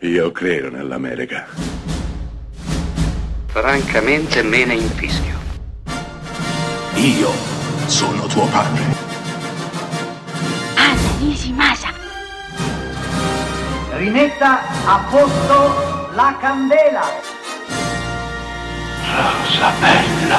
Io credo nell'America. Francamente me ne infischio. Io sono tuo padre. Anna Nishimasa. Rimetta a posto la candela. Rosa bella.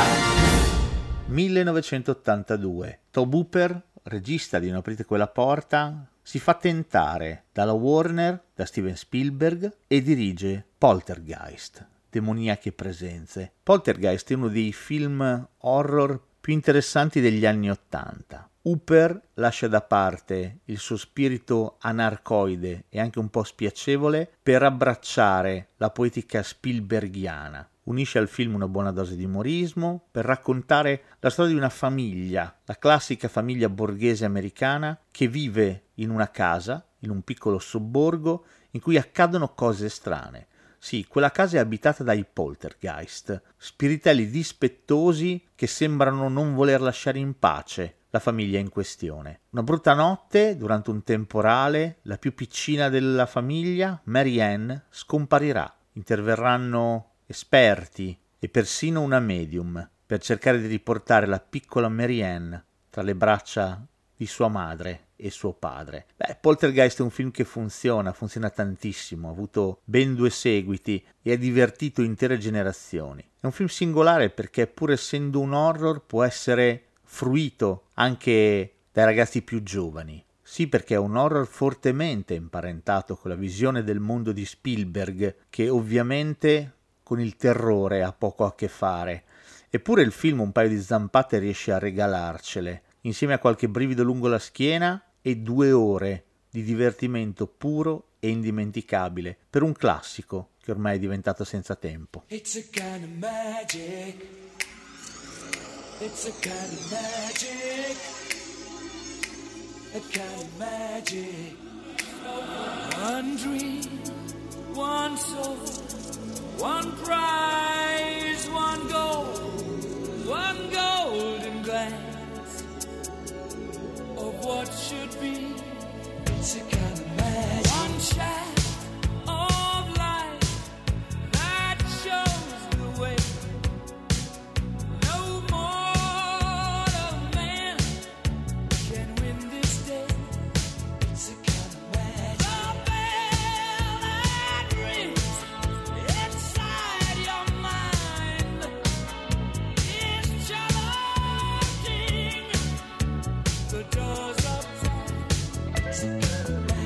1982. Tobe Hooper, regista di Non aprite quella porta, si fa tentare dalla Warner, da Steven Spielberg, e dirige Poltergeist, demoniache presenze. Poltergeist è uno dei film horror più interessanti degli anni '80. Hooper lascia da parte il suo spirito anarcoide e anche un po' spiacevole per abbracciare la poetica spielberghiana. Unisce al film una buona dose di umorismo per raccontare la storia di una famiglia, la classica famiglia borghese americana che vive in una casa, in un piccolo sobborgo, in cui accadono cose strane. Sì, quella casa è abitata dai poltergeist, spiritelli dispettosi che sembrano non voler lasciare in pace la famiglia in questione. Una brutta notte, durante un temporale, la più piccina della famiglia, Mary Ann, scomparirà. Interverranno esperti e persino una medium per cercare di riportare la piccola Mary Ann tra le braccia di sua madre e suo padre. Poltergeist è un film che funziona tantissimo, ha avuto ben 2 seguiti e ha divertito intere generazioni. È un film singolare perché, pur essendo un horror, può essere fruito anche dai ragazzi più giovani. Sì, perché è un horror fortemente imparentato con la visione del mondo di Spielberg, che ovviamente con il terrore ha poco a che fare. Eppure il film un paio di zampate riesce a regalarcele, insieme a qualche brivido lungo la schiena e 2 ore di divertimento puro e indimenticabile per un classico che ormai è diventato senza tempo. It's a kind of magic. It's a kind of magic. A kind of magic. One dream, one soul, one prize, one golden glance of what should be. It's a kind of magic. One shaft of light that shows the way. No mortal man can win this day. It's a kind of magic. The bell that rings inside your mind is charging the doors of time. It's a kind of magic.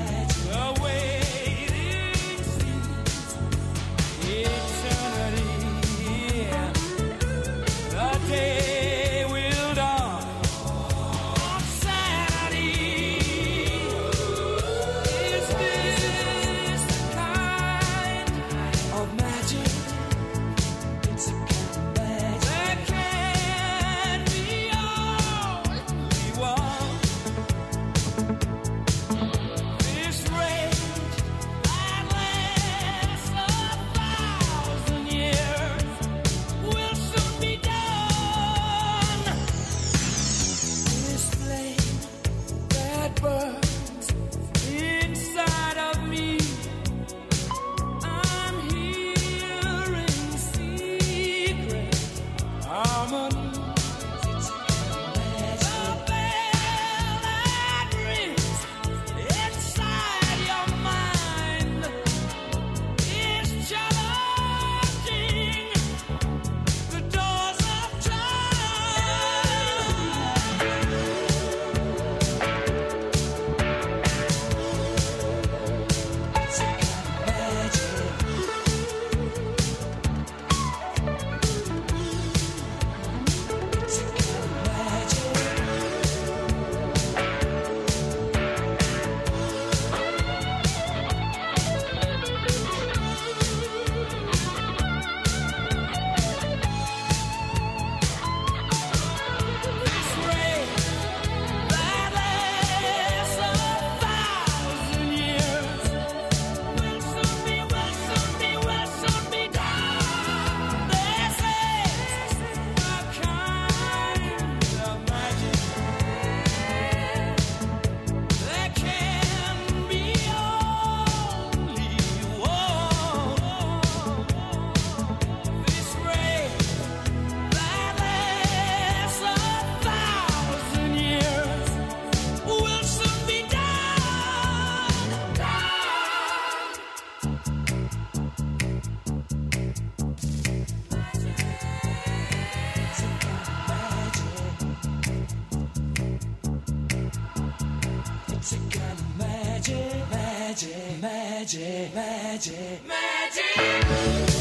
magic, magic, magic.